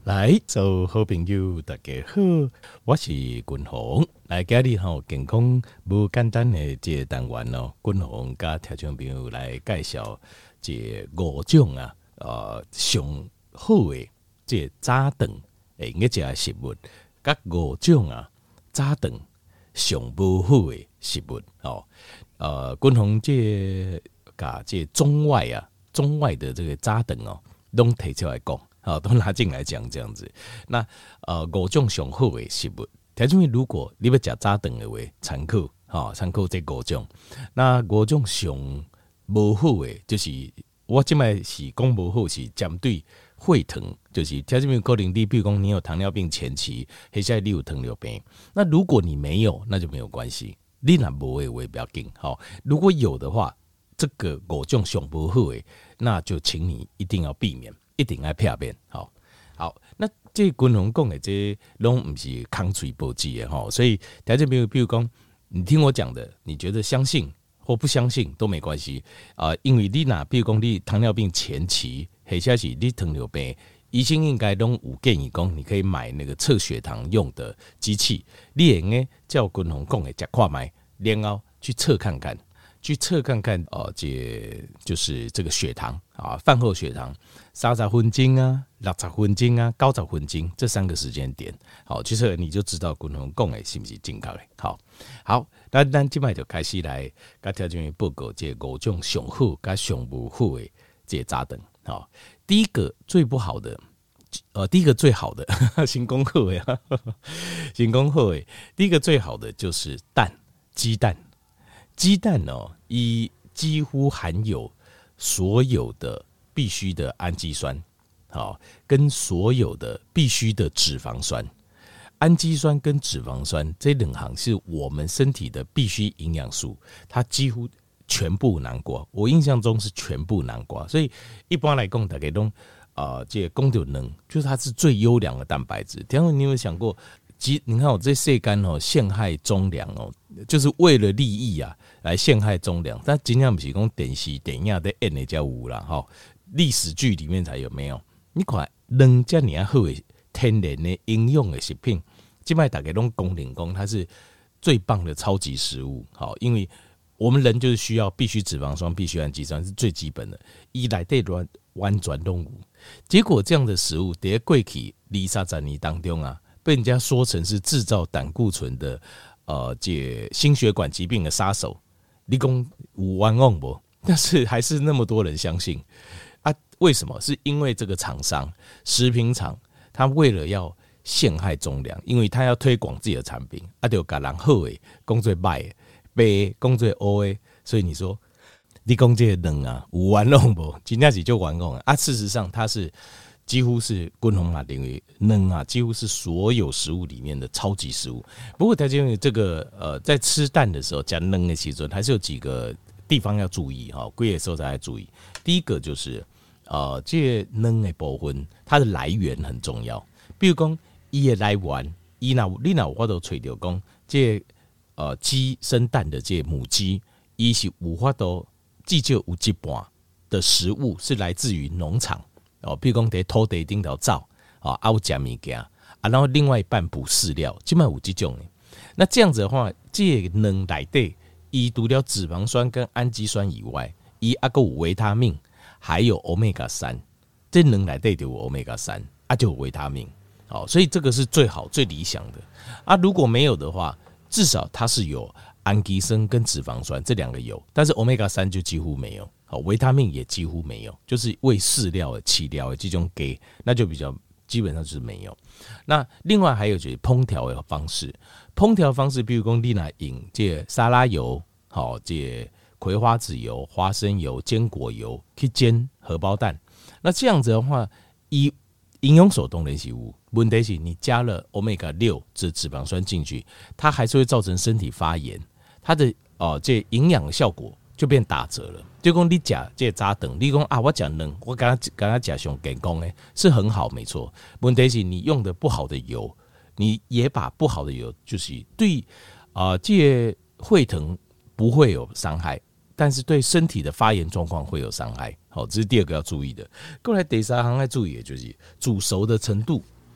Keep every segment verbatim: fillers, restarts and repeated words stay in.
来，做好朋友，大家好，我是君鸿。来，今日吼健康无简单的这个单元哦，君鸿甲听众朋友来介绍这五种啊，呃，上好的这早顿会用食的食物，甲五种啊早顿上无好的食物哦。呃，君鸿这甲这中外啊，中外的这个早顿哦，拢提出来讲。好，都拿进来讲这样子。那呃，五种上好的食物，听众如果你要食早顿的话，参考哈，参考这五种。那五种上无好的，就是我即摆是讲无好，是针对血糖，就是听众可能你比如讲你有糖尿病前期，或者你有糖尿病。那如果你没有，那就没有关系。你若无的话不要紧，好。如果有的话，这个五种上无好的，那就请你一定要避免。一定要避免，好，好，那这君鸿讲的这拢不是空嘴保记的哈，所以大家比如比如讲，你听我讲的，你觉得相信或不相信都没关系啊、呃，因为你哪比如讲你糖尿病前期，或者是你糖尿病，医生应该都有建议讲，你可以买那个测血糖用的机器，你也应该叫君鸿讲的吃看买，然后去测看看。去测看看，呃，这就是这个血糖啊，饭后血糖，三十分钟啊，六十分钟啊，九十分钟这三个时间点，好，去测你就知道君鸿讲的是不是正确的。好，好，那咱今摆就开始来跟听众报告这五种上好跟上不好的这早顿。好，第一个最不好的，呃，第一个最好的，先讲好呀，先讲好的，第一个最好的就是蛋，鸡蛋。鸡蛋哦，一几乎含有所有的必需的氨基酸，好，跟所有的必需的脂肪酸。氨基酸跟脂肪酸这两行是我们身体的必需营养素，它几乎全部囊括。我印象中是全部囊括，所以一般来讲，大家都啊，这公牛能就是它是最优良的蛋白质。然后你有没有想过？你看我这世间哦，陷害忠良哦，就是为了利益啊，来陷害忠良。但真正不是讲电视电影在演的才有啦，哈，历史剧里面才有没有？你看两这么好的天然的营养的食品，现在大家都公认讲它是最棒的超级食物，好，因为我们人就是需要必须脂肪酸、必须氨基酸是最基本的，依赖对完完全动物。结果这样的食物在过去二三十年当中啊。被人家说成是制造胆固醇的，呃，这心血管疾病的杀手，你讲有冤枉不？但是还是那么多人相信啊？为什么？是因为这个厂商食品厂，他为了要陷害忠良，因为他要推广自己的产品，啊，就把人好的工作坏的，白工作黑的，所以你说你讲这个人啊，有冤枉不？真正是就冤枉啊！事实上，他是。几乎是君鸿嘛认为能啊，几乎是所有食物里面的超级食物。不过，大家这个呃，在吃蛋的时候加能的时候，还是有几个地方要注意哈，贵的时候才要注意。第一个就是呃，这能的部分它的来源很重要。比如讲，伊的来源，伊那你那我都吹到讲，这呃鸡生蛋的这母鸡，伊是有法度至少有一半的食物是来自于农场。哦，比如讲在土地顶头走，啊，啊有食物件，啊，然后另外一半补饲料，基本上有这种的。那这样子的话，这个能内底，伊除了脂肪酸跟氨基酸以外，伊还有维他命，还有 欧米伽三，这能内底就有 欧米伽三，啊就有维他命。好，所以这个是最好最理想的。啊，如果没有的话，至少它是有氨基酸跟脂肪酸这两个有，但是 欧米伽三就几乎没有。好，维他命也几乎没有，就是喂饲料的饲料的这种给，那就比较基本上就是没有。那另外还有就是烹调的方式，烹调方式，比如讲你拿用这沙拉油，好，这葵花籽油、花生油、坚果油去煎荷包蛋，那这样子的话，以营养素当然是有，问题是你加了 欧米伽六 这脂肪酸进去，它还是会造成身体发炎，它的哦、呃、这营养的效果就变打折了。就讲你吃这早顿，你讲啊，我吃蛋，我刚刚刚刚吃上健康的，是很好，没错。问题是你用的不好的油，你也把不好的油，就是对啊、呃，这血糖不会有伤害，但是对身体的发炎状况会有伤害。好，这是第二个要注意的。过来第三行要注意的就是煮熟的程度。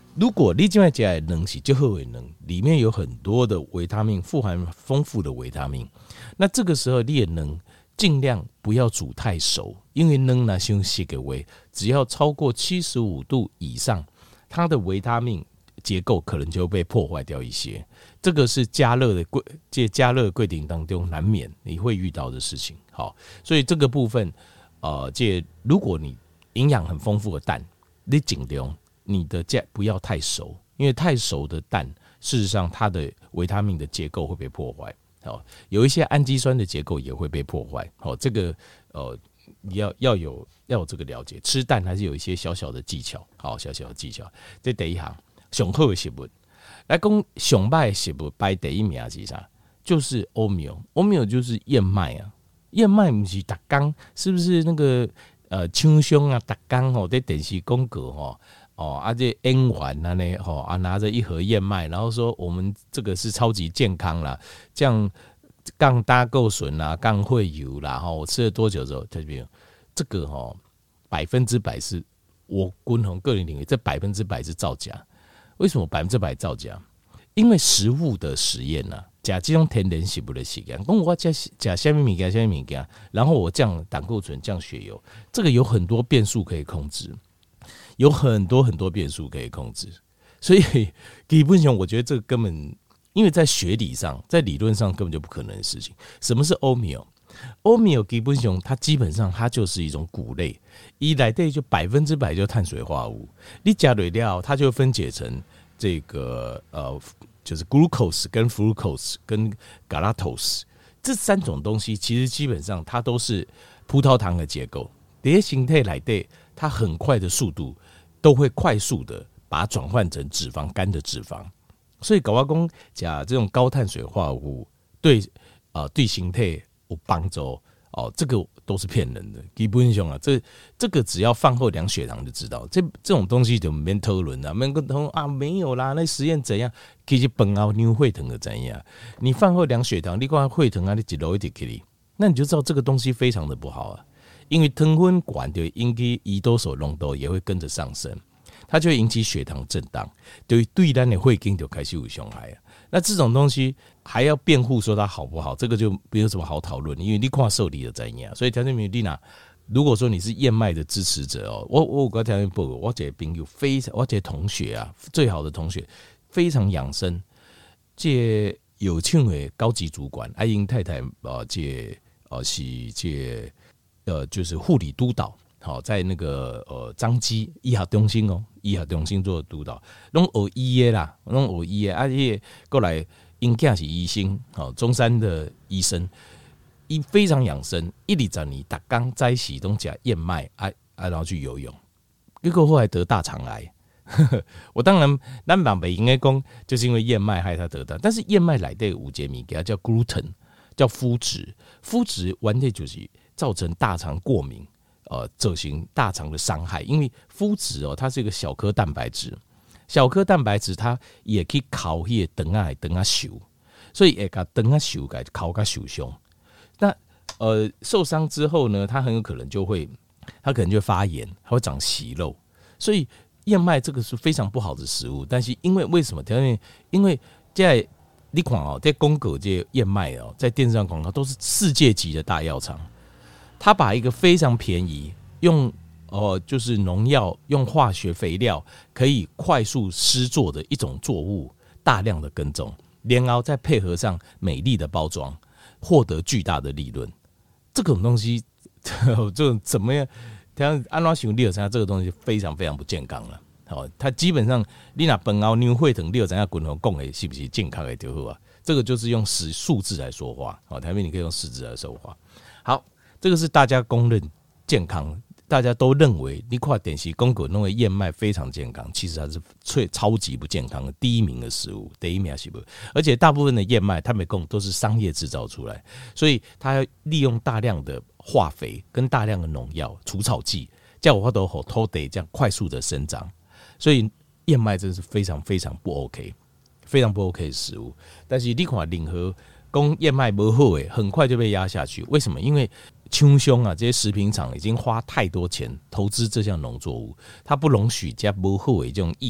如果你现在吃的能是最好的能，里面有很多的维他命，富含丰富的维他命，那这个时候你也能尽量不要煮太熟，因为能拿先洗个味，只要超过七十五度以上，它的维他命结构可能就被破坏掉一些。这个是加热的柜，在加热柜顶当中难免你会遇到的事情。好，所以这个部分，呃，这如果你营养很丰富的蛋，你尽量你的价不要太熟，因为太熟的蛋，事实上它的维他命的结构会被破坏。好，有一些氨基酸的结构也会被破坏。好，这个呃，你要要有要有这个了解。吃蛋还是有一些小小的技巧，好，小小的技巧。这第一行，上好的食物，来讲上歹的食物排第一名是啥？就是欧米欧，欧米欧就是燕麦啊。燕麦不是达刚，是不是那个呃青胸啊达刚哦，在电视广告哦。哦，啊，这燕丸啊呢，哦啊，拿着一盒燕麦，然后说我们这个是超级健康啦，这样杠搭构笋啦，杠会油啦，哈，我吃了多久之后，这边这个哈百分之百是我均衡个人认为，这百分之百是造假。为什么百分之百造假？因为食物的实验呐、啊，假这种天然食物的实验，讲我加加虾米物件，虾米物件，然后我降胆固醇，降血油，这个有很多变数可以控制。有很多很多变数可以控制，所以基本上我觉得这个根本，因为在学理上，在理论上根本就不可能的事情。什么是欧米欧？欧米欧基本上它基本上它就是一种谷类，一来对就百分之百就碳水化合物，你加蕊料它就分解成这个呃就是 glucose 跟 fructose 跟 galactose 这三种东西，其实基本上它都是葡萄糖的结构，这些形态来对它很快的速度。都会快速的把它转换成脂肪肝的脂肪，所以搞外公讲这种高碳水化合物对啊、呃、对形态有帮助哦，这个都是骗人的。基本上啊，这这个只要饭后量血糖就知道，这这种东西就没讨论了，没跟同啊没有啦，那实验怎样？其实饭后量血糖的怎样？你饭后量血糖，你看血糖啊，你一路一直起，那你就知道这个东西非常的不好啊。因为糖分高就会引起胰岛素浓度也会跟着上升，它就会引起血糖震荡，对对咱的血经就开始有伤害啊。那这种东西还要辩护说它好不好，这个就没有什么好讨论，因为你看受理的怎样。所以条件名丽娜，如果说你是燕麦的支持者哦，我我有个条件报告，我这个朋友非常，我这个同学啊，最好的同学，非常养生，这有请的高级主管，阿英太太啊，这呃是这。呃，就是护理督导，好，在那个呃彰基医学中心哦，医学中心做督导，拢学医的啦，拢学医的，而且过来因囝是医生，好，中山的医生，伊非常养生，一二十年，逐工早起都吃燕麦啊啊，然后去游泳，结果后来得大肠癌。我当然，咱人北应该讲，就是因为燕麦害他得到，但是燕麦内底有一个物件叫 gluten， 叫麸质，麸质完全就是造成大肠过敏，呃，造成大肠的伤害。因为麸质哦，它是一个小颗蛋白质，小颗蛋白质它也可以烤迄个肠啊，肠啊受，所以会把肠啊受给烤个受伤。那呃受伤之后呢，它很有可能就会，它可能就会发炎，它会长息肉。所以燕麦这个是非常不好的食物，但是因为为什么？因为在你看哦，在公狗这燕麦哦，在电视上广告都是世界级的大药厂。他把一个非常便宜，用呃就是农药、用化学肥料可以快速施作的一种作物，大量的耕种，然后再配合上美丽的包装，获得巨大的利润。这种东西，这种怎么样？像安怎想，你就知道这个东西非常非常不健康了。好，它基本上你拿饭后牛血糖，你就知道滚头讲的是不是健康的就好啊？这个就是用实数字来说话。好，台面你可以用数字来说话。好。这个是大家公认健康，大家都认为你看电视广告认为燕麦非常健康，其实它是最超级不健康的第一名的食物，第一名是不？而且大部分的燕麦，它们讲都是商业制造出来，所以它利用大量的化肥跟大量的农药、除草剂，叫我都好土地这样快速的生长，所以燕麦真是非常非常不 OK， 非常不 OK 的食物。但是你看任何讲燕麦不好诶，很快就被压下去。为什么？因为厂商啊，这些食品厂已经花太多钱投资这项农作物，它不容许加不好的这种意见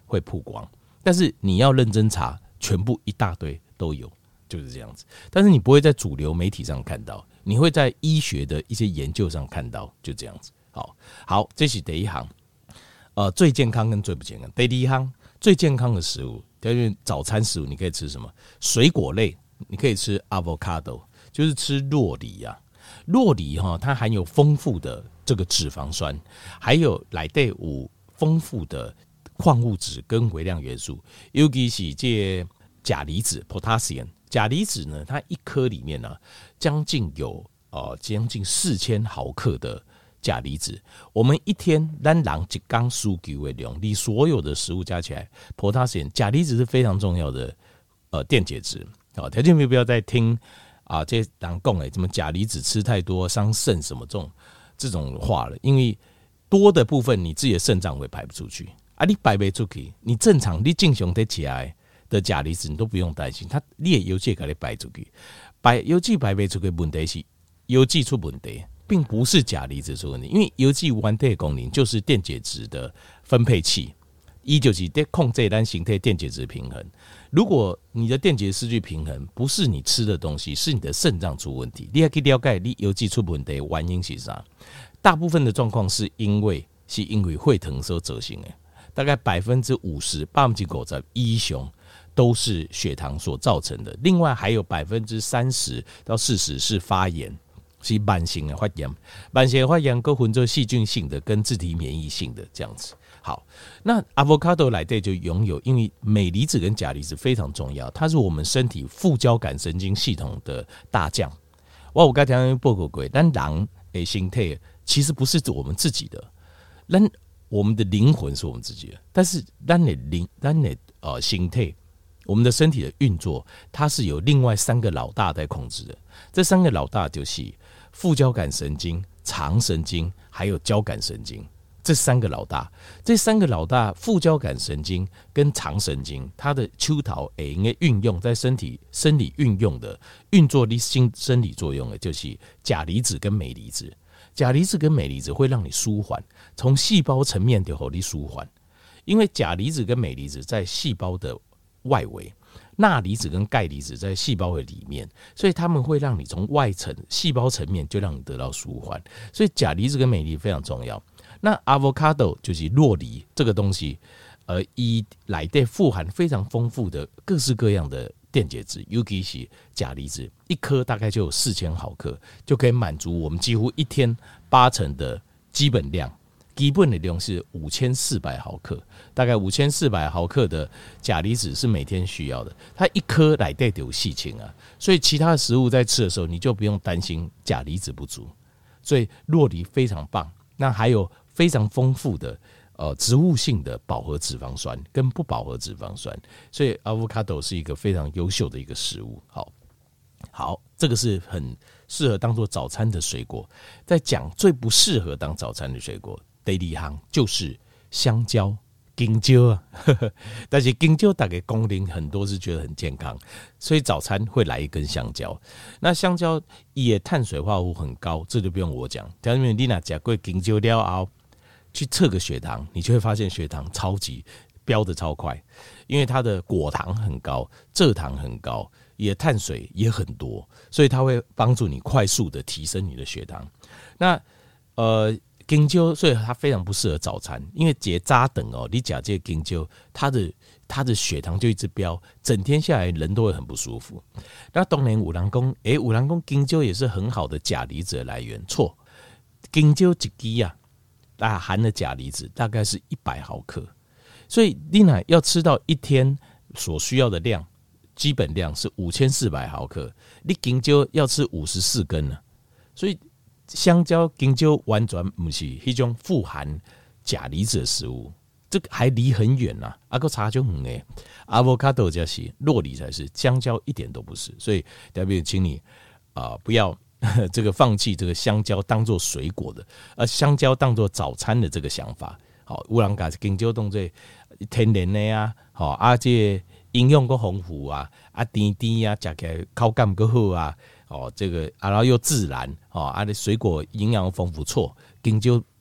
会曝光，但是你要认真查，全部一大堆都有，就是这样子。但是你不会在主流媒体上看到，你会在医学的一些研究上看到，就这样子。好，好，这是第一行，呃，最健康跟最不健康。第一行最健康的食物，因为早餐食物你可以吃什么？水果类，你可以吃 avocado， 就是吃酪梨啊。酪梨哈，它含有丰富的这个脂肪酸，还有内底有丰富的矿物质跟微量元素，尤其是这钾离子 potassium。钾离子呢，它一颗里面呢、啊，将近有呃将近四千毫克的钾离子。我们一天咱人一缸输给的量，你所有的食物加起来 ，potassium 钾离子是非常重要的呃电解质。好，条件没有不要再听啊，这人讲哎，怎么钾离子吃太多伤肾什么这种这种话了？因为多的部分你自己的肾脏会排不出去啊，你排不出去，你正常你正常得起来的钾离子你都不用担心，它你的邮寄给你排出去，排邮寄排不出去问题是邮寄出问题，并不是钾离子出问题，因为邮寄原体的功能就是电解质的分配器，它就是在控制咱形态电解质平衡。如果你的电解失去平衡，不是你吃的东西，是你的肾脏出问题。你要去了解你邮寄出问题的原因是啥？大部分的状况是因为是因为血糖所造成的，大概百分之五十、百分之九十以上都是血糖所造成的。另外还有百分之三十到四十是发炎，是慢性的发炎。慢性的发炎，跟混着细菌性的跟自体免疫性的这样子。好，那 avocado 来对就拥有，因为镁离子跟钾离子非常重要，它是我们身体副交感神经系统的大将。我有刚才报告过，但人的形态其实不是我们自己的，但我们的灵魂是我们自己的，但是咱的灵，咱的呃形态，我们的身体的运作，它是有另外三个老大在控制的。这三个老大就是副交感神经、肠神经还有交感神经。这三个老大，这三个老大，副交感神经跟肠神经，它的手头会应该运用在身体生理运用的运作力生生理作用的，就是钾离子跟镁离子。钾离子跟镁离子会让你舒缓，从细胞层面就让你舒缓，因为钾离子跟镁离子在细胞的外围，钠离子跟钙离子在细胞的里面，所以他们会让你从外层细胞层面就让你得到舒缓。所以钾离子跟镁离子非常重要。那 avocado 就是酪梨这个东西，呃，以来的富含非常丰富的各式各样的电解质，尤其是钾离子，一颗大概就有四千毫克，就可以满足我们几乎一天八成的基本量。基本的量是五千四百毫克，大概五千四百毫克的钾离子是每天需要的。它一颗来带有细氢啊，所以其他的食物在吃的时候，你就不用担心钾离子不足。所以酪梨非常棒。那还有非常丰富的呃植物性的饱和脂肪酸跟不饱和脂肪酸，所以 avocado 是一个非常优秀的一个食物。好，好，这个是很适合当做早餐的水果。在讲最不适合当早餐的水果，第二行就是香蕉。香蕉啊，呵呵，但是香蕉大概功能很多是觉得很健康，所以早餐会来一根香蕉。那香蕉也碳水化合物很高，这就不用我讲。但是你若吃过香蕉了后，去测个血糖，你就会发现血糖超级飙得超快，因为它的果糖很高，蔗糖很高，也碳水也很多，所以它会帮助你快速的提升你的血糖。那呃。香蕉，所以它非常不适合早餐，因为结扎等哦，你假这香蕉，它的它的血糖就一直飙，整天下来人都会很不舒服。那当然有人说，诶，有人说香蕉也是很好的钾离子的来源，错，香蕉一支啊，啊含的钾离子大概是一百毫克，所以你若要吃到一天所需要的量，基本量是五千四百毫克，你香蕉要吃五十四根呢，所以。香蕉、香蕉完全不是那种富含钾离子的食物，这个还离很远呐、啊，啊个差就很诶。avocado 才是，酪梨才是，香蕉一点都不是。所以代表请你啊、呃、不要这个放弃这个香蕉当做水果的，而香蕉当做早餐的这个想法。好，有人把香蕉当作天然的啊，好啊这营养够丰富啊，啊甜甜啊，吃起来口感够好啊。哦，这个啊，然后又自然哦，啊，的水果营养丰富，错，香蕉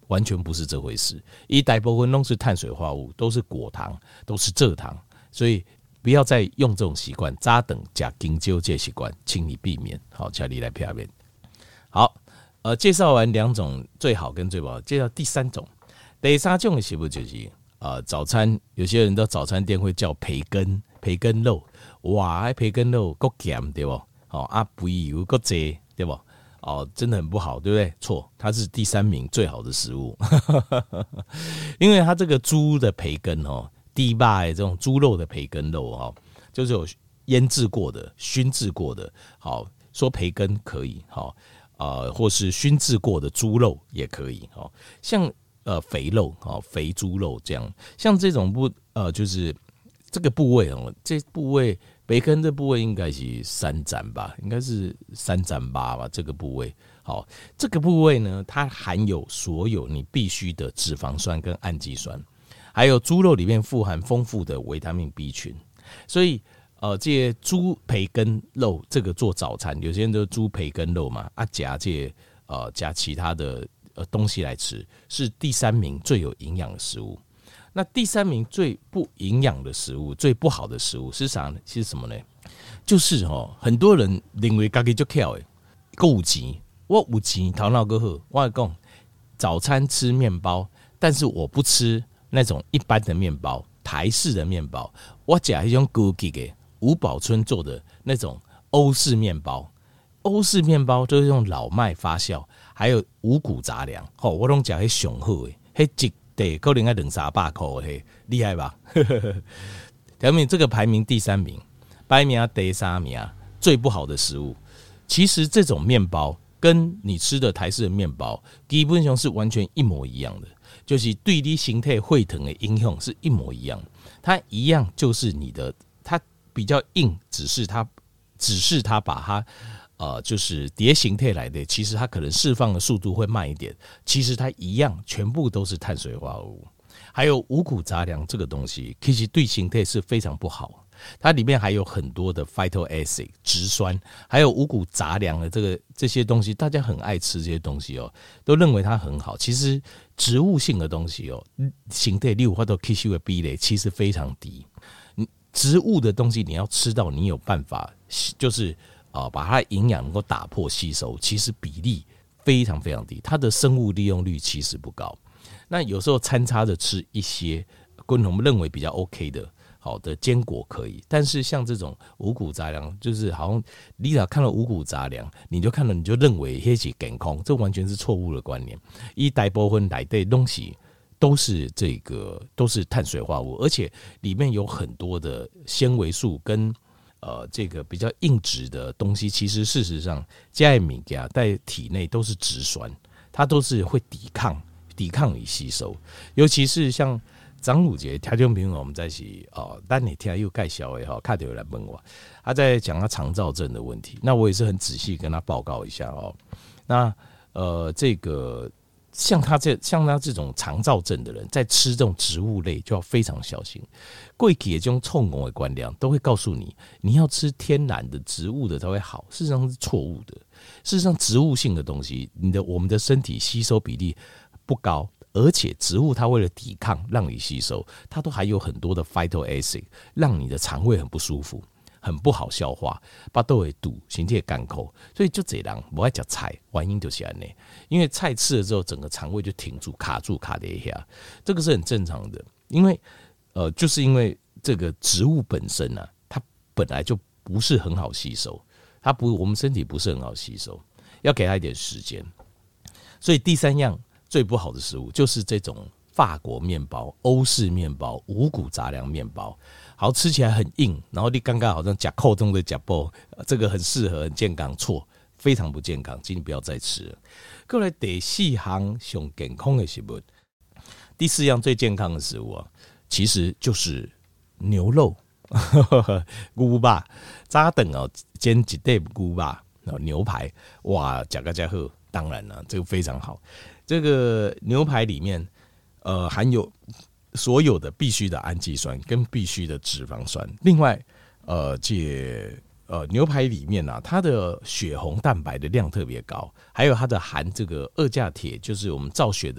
完全不是这回事。一大部分都是碳水化合物，都是果糖，都是蔗糖，所以不要再用这种习惯，早顿吃香蕉这习惯，请你避免。好，请你来片面。好，呃，介绍完两种最好跟最不好，介绍第三种。第三种的食物就是呃早餐，有些人的早餐店会叫培根，培根肉，哇，培根肉够咸对不？哦啊，肥油够济对不？哦，真的很不好，对不对？错，它是第三名最好的食物，因为它这个猪的培根哦，低霸的这种猪肉的培根肉哦，就是有腌制过的、熏制过的。好，说培根可以，好，呃，或是熏制过的猪肉也可以，好，像呃肥肉，好，肥猪肉这样，像这种部呃，就是这个部位哦，这部位。培根这部位应该是三斩吧，应该是三斩八吧。这个部位，好，这个部位呢，它含有所有你必须的脂肪酸跟氨基酸，还有猪肉里面富含丰富的维他命 B 群，所以呃，这些猪培根肉这个做早餐，有些人都猪培根肉嘛，啊加这呃加其他的呃东西来吃，是第三名最有营养的食物。那第三名最不营养的食物，最不好的食物是啥呢？是什么呢？就是哦，很多人认为自己很巧的，够有钱，我有钱，头脑够好。我讲早餐吃面包，但是我不吃那种一般的面包，台式的面包，我吃一种高级的吴宝春做的那种欧式面包。欧式面包就是用老麦发酵，还有五谷杂粮。哦，我拢吃迄上好的，迄一。对，可能要两三百块嘿，厉害吧？条名这个排名第三名，排名第三名，最不好的食物。其实这种面包跟你吃的台式的面包，基本上是完全一模一样的，就是对你形态会疼的影响是一模一样。它一样就是你的，它比较硬，只是它，只是它把它。呃，就是叠形态来的，其实它可能释放的速度会慢一点，其实它一样，全部都是碳水化合物。还有五谷杂粮这个东西，其实对形态是非常不好。它里面还有很多的 phyto acid 植酸，还有五谷杂粮的这个这些东西，大家很爱吃这些东西哦，都认为它很好。其实植物性的东西哦，形态例如或者吸收的比例其实非常低。植物的东西你要吃到，你有办法就是。啊，把它营养能够打破吸收，其实比例非常非常低，它的生物利用率其实不高。那有时候参差着吃一些，跟我们认为比较 OK 的好的坚果可以，但是像这种五谷杂粮，就是好像你只要看到五谷杂粮，你就看到你就认为那是健康，这完全是错误的观念。一大部分来的东西都是这个都是碳水化合物，而且里面有很多的纤维素跟。呃，这个比较硬质的东西，其实事实上，加在米加在体内都是植酸，它都是会抵抗、抵抗你吸收。尤其是像张汝杰条件朋友，我们在一起哦，但你听又介绍的哈，看到有来问我，他在讲他肠燥症的问题，那我也是很仔细跟他报告一下哦。那呃，这个。像他这像他这种肠燥症的人，在吃这种植物类就要非常小心。过去的这种臭狗的观念都会告诉你，你要吃天然的植物的才会好，事实上是错误的。事实上，植物性的东西，你的我们的身体吸收比例不高，而且植物它为了抵抗让你吸收，它都还有很多的 phyto acid， 让你的肠胃很不舒服。很不好消化，巴肚会堵，身体会干口，所以就这人不爱吃菜，原因就是这样，因为菜吃了之后，整个肠胃就停住、卡住、卡在一下，这个是很正常的。因为呃，就是因为这个植物本身呢、啊，它本来就不是很好吸收，它不，我们身体不是很好吸收，要给它一点时间。所以第三样最不好的食物就是这种法国面包、欧式面包、五谷杂粮面包。好，吃起来很硬，然后你刚刚好像夹扣中的夹包，这个很适合很健康，错，非常不健康，请你不要再吃了。过来第四项上健康的食物，第四样最健康的食物啊，其实就是牛肉，牛肉早顿哦煎一碟牛肉牛排，哇，吃个这好，当然了，这个非常好。这个牛排里面，呃，含有。所有的必须的氨基酸跟必须的脂肪酸，另外，呃，这呃牛排里面啊，它的血红蛋白的量特别高，还有它的含这个二价铁，就是我们造血的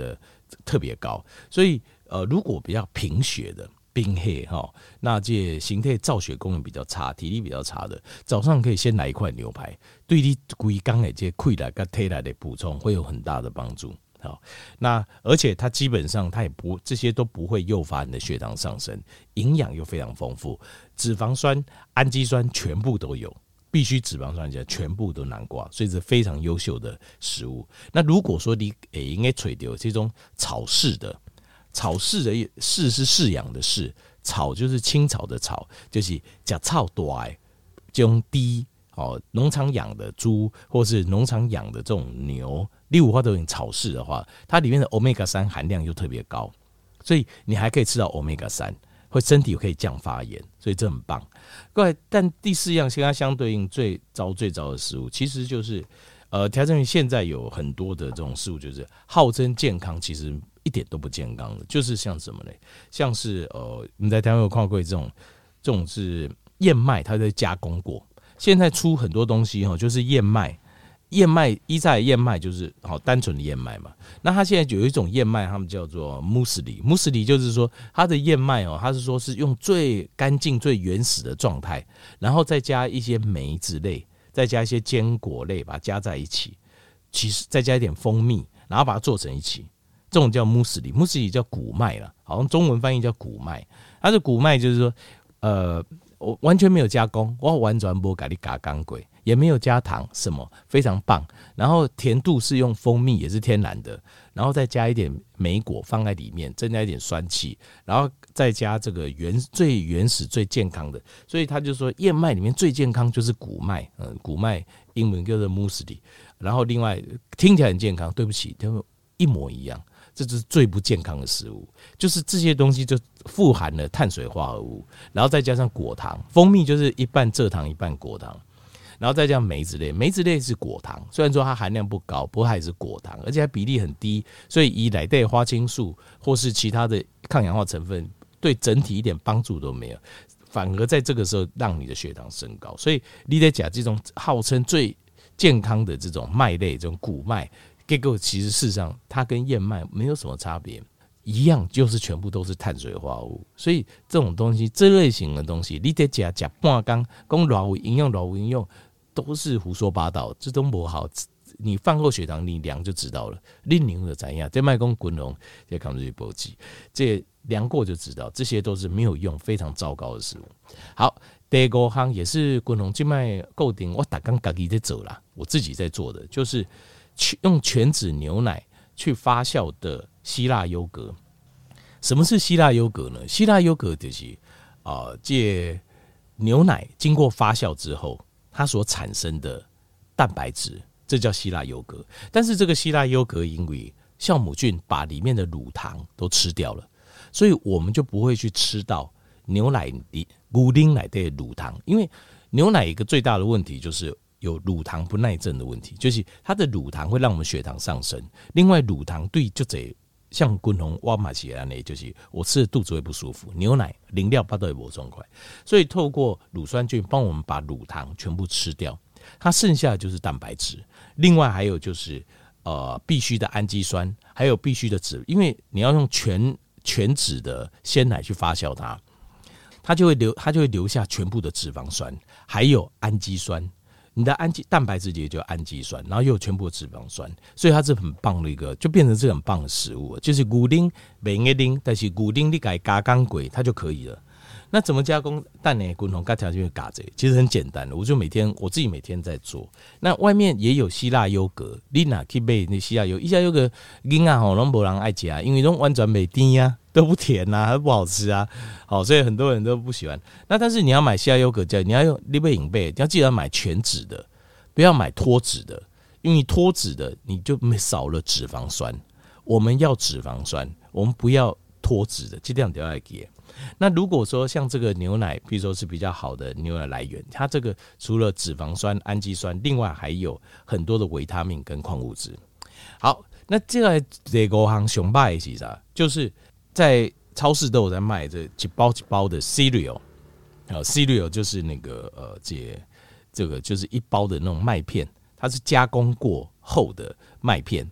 特别高。所以呃，如果比较贫血的冰黑哈，那这形态造血功能比较差、体力比较差的，早上可以先来一块牛排，对你规工的这溃来跟退来的补充会有很大的帮助。好，那而且它基本上它也不这些都不会诱发你的血糖上升，营养又非常丰富，脂肪酸、氨基酸全部都有，必须脂肪酸全部都南瓜，所以是非常优秀的食物。那如果说你也应该垂掉这种草饲的，草饲的饲是饲养的饲，草就是青草的草，就是吃草大的这种低哦，农场养的猪或是农场养的这种牛。例如话都用草饲的话，它里面的 欧米伽三 含量就特别高，所以你还可以吃到 欧米伽三， 会身体可以降发炎，所以这很棒。各位，但第四样跟它相对应最糟最糟的食物，其实就是呃，调整员现在有很多的这种食物，就是号称健康，其实一点都不健康的，就是像什么呢？像是呃，你在台湾有看过这种这种是燕麦，它在加工过，现在出很多东西哦，就是燕麦。燕麦伊赛燕麦就是好单纯的燕麦嘛，那它现在有一种燕麦，他们叫做穆斯里，穆斯里就是说它的燕麦哦，它是说是用最干净、最原始的状态，然后再加一些梅子类，再加一些坚果类，把它加在一起，其实再加一点蜂蜜，然后把它做成一起，这种叫穆斯里，穆斯里叫谷麦啦，好像中文翻译叫谷麦，它的谷麦就是说，呃，我完全没有加工，我完全没给你加工过。也没有加糖，什么非常棒。然后甜度是用蜂蜜，也是天然的，然后再加一点莓果放在里面，增加一点酸气，然后再加这个原最原始最健康的。所以他就说燕麦里面最健康就是谷麦，嗯，谷麦英文叫做 muesli。然后另外听起来很健康，对不起，就一模一样。这是最不健康的食物，就是这些东西就富含了碳水化合物，然后再加上果糖，蜂蜜就是一半蔗糖一半果糖。然后再加上梅子类，梅子类是果糖，虽然说它含量不高，不过它也是果糖，而且它比例很低，所以以内的花青素或是其他的抗氧化成分，对整体一点帮助都没有，反而在这个时候让你的血糖升高。所以你在讲这种号称最健康的这种麦类，这种谷麦，结果其实事实上它跟燕麦没有什么差别。一样就是全部都是碳水化合物，所以这种东西，这类型的东西，你得吃吃半缸，讲偌有营养，偌有营养，都是胡说八道，这都不好。你饭后血糖你量就知道了，你量就怎样？这卖讲滚龙，这抗日波剂，这量过就知道，这些都是没有用、非常糟糕的食物。好，第五项也是滚龙这卖固定，我打刚自己在做啦，我自己在做的，就是用全脂牛奶去发酵的希腊优格。什么是希腊优格呢？希腊优格就是啊，借牛奶经过发酵之后，它所产生的蛋白质，这叫希腊优格。但是这个希腊优格因为酵母菌把里面的乳糖都吃掉了，所以我们就不会去吃到牛奶里牛奶的乳糖。因为牛奶一个最大的问题就是有乳糖不耐症的问题，就是它的乳糖会让我们血糖上升。另外，乳糖对就这像滚红挖马奇安呢，就是我吃的肚子会不舒服。牛奶、零料巴都会不爽快，所以透过乳酸菌帮我们把乳糖全部吃掉，它剩下的就是蛋白质。另外还有就是呃必须的氨基酸，还有必须的脂，因为你要用全全脂的鲜奶去发酵它，它就会留它就会留下全部的脂肪酸，还有氨基酸。你的氨基蛋白质也就氨基酸，然后又有全部的脂肪酸，所以它是很棒的一个，就变成是很棒的食物。就是牛奶不用奶，但是牛奶你给它加工过，它就可以了。那怎么加工蛋呢？滚筒加条件加这，其实很简单的，我就每天我自己每天在做。那外面也有希腊优格，你哪去买那希腊优？希腊优格囡仔吼拢无人爱吃，因为拢完全没甜啊，都不甜啊，还不好吃啊。好，所以很多人都不喜欢。那但是你要买希腊优格，叫你要用你要饮杯，你要记得买全脂的，不要买脱脂的，因为脱脂的你就少了脂肪酸。我们要脂肪酸，我们不要脱脂的，这两条要记。那如果说像这个牛奶，比如说是比较好的牛奶来源，它这个除了脂肪酸、氨基酸，另外还有很多的维他命跟矿物质。好，那这个这个行熊霸的是啥？就是在超市都有在卖这一包一包的 cereal， 啊 cereal 就是那个呃这这个就是一包的那种麦片，它是加工过后的麦片。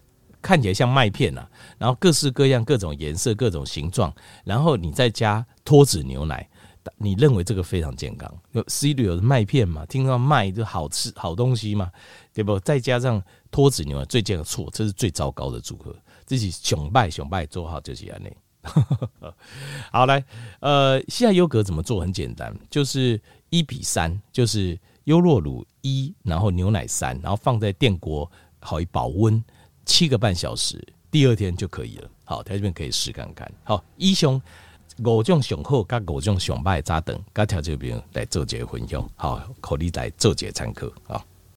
看起来像麦片啊，然后各式各样、各种颜色、各种形状，然后你再加脱脂牛奶，你认为这个非常健康？有 cereal 的麦片嘛，听到麦就好吃好东西嘛，对不？再加上脱脂牛奶，最健康错，这是最糟糕的组合，这是熊败熊败做好就是安内。好，来，呃，现在优格怎么做？很简单，就是一比三，就是优酪乳一，然后牛奶三，然后放在电锅，好以保温七个半小时，第二天就可以了。好，在这边可以试看看。好，以上五种上好，跟五种上歹的早顿，跟条这边来做一个分享。好，可以来做一个参考。好。